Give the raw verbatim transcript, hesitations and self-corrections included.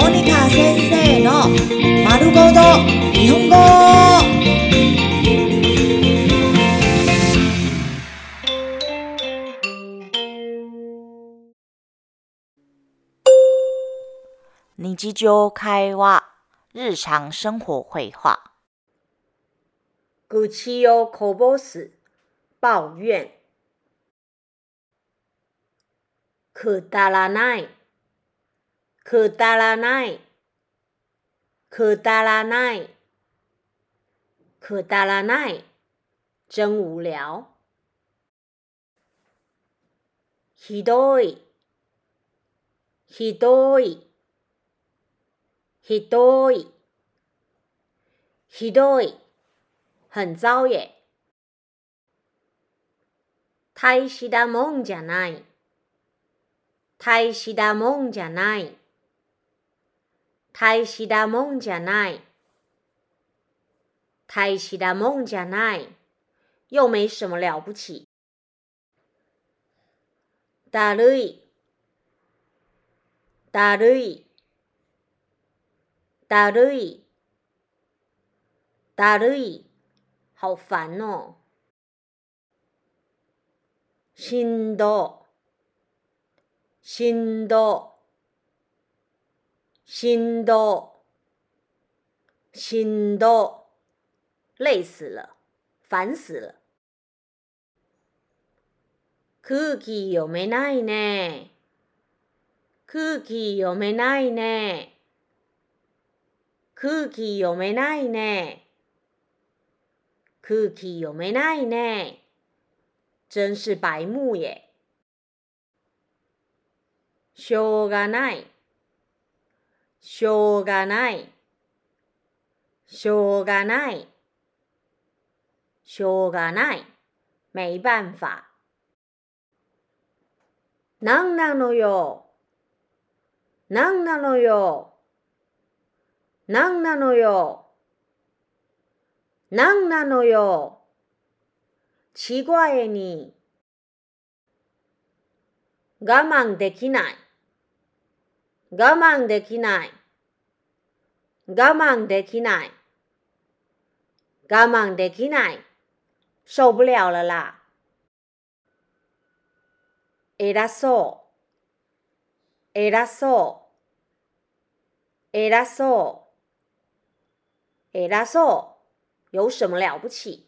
モニカ先生の丸ごと日本語。日常会話、日常生活会話。 愚痴をこぼす、抱怨。くだらない、くだらない、くだらない、くだらない、真無聊。ひどい、ひどい、ひどい、ひどい、很糟耶。大したもんじゃない、大したもんじゃない、大したもんじゃない、大したもんじゃない，又没什么了不起。だるい、だるい、だるい、だるい，好烦哦。しんど、しんど、しんど、しんど，累死了，烦死了。空気読めないね。空気読めないね。空気読めないね。空気読めないね。真是白目耶。しょうがない、しょうがない、しょうがない、しょうがない、没办法。なんなのよ、なんなのよ、なんなのよ、なんなのよ。奇怪に。我慢できない、我慢できない、我慢できない、我慢できない，受不了了啦。偉そう、偉そう、偉そう、偉そう，有什么了不起？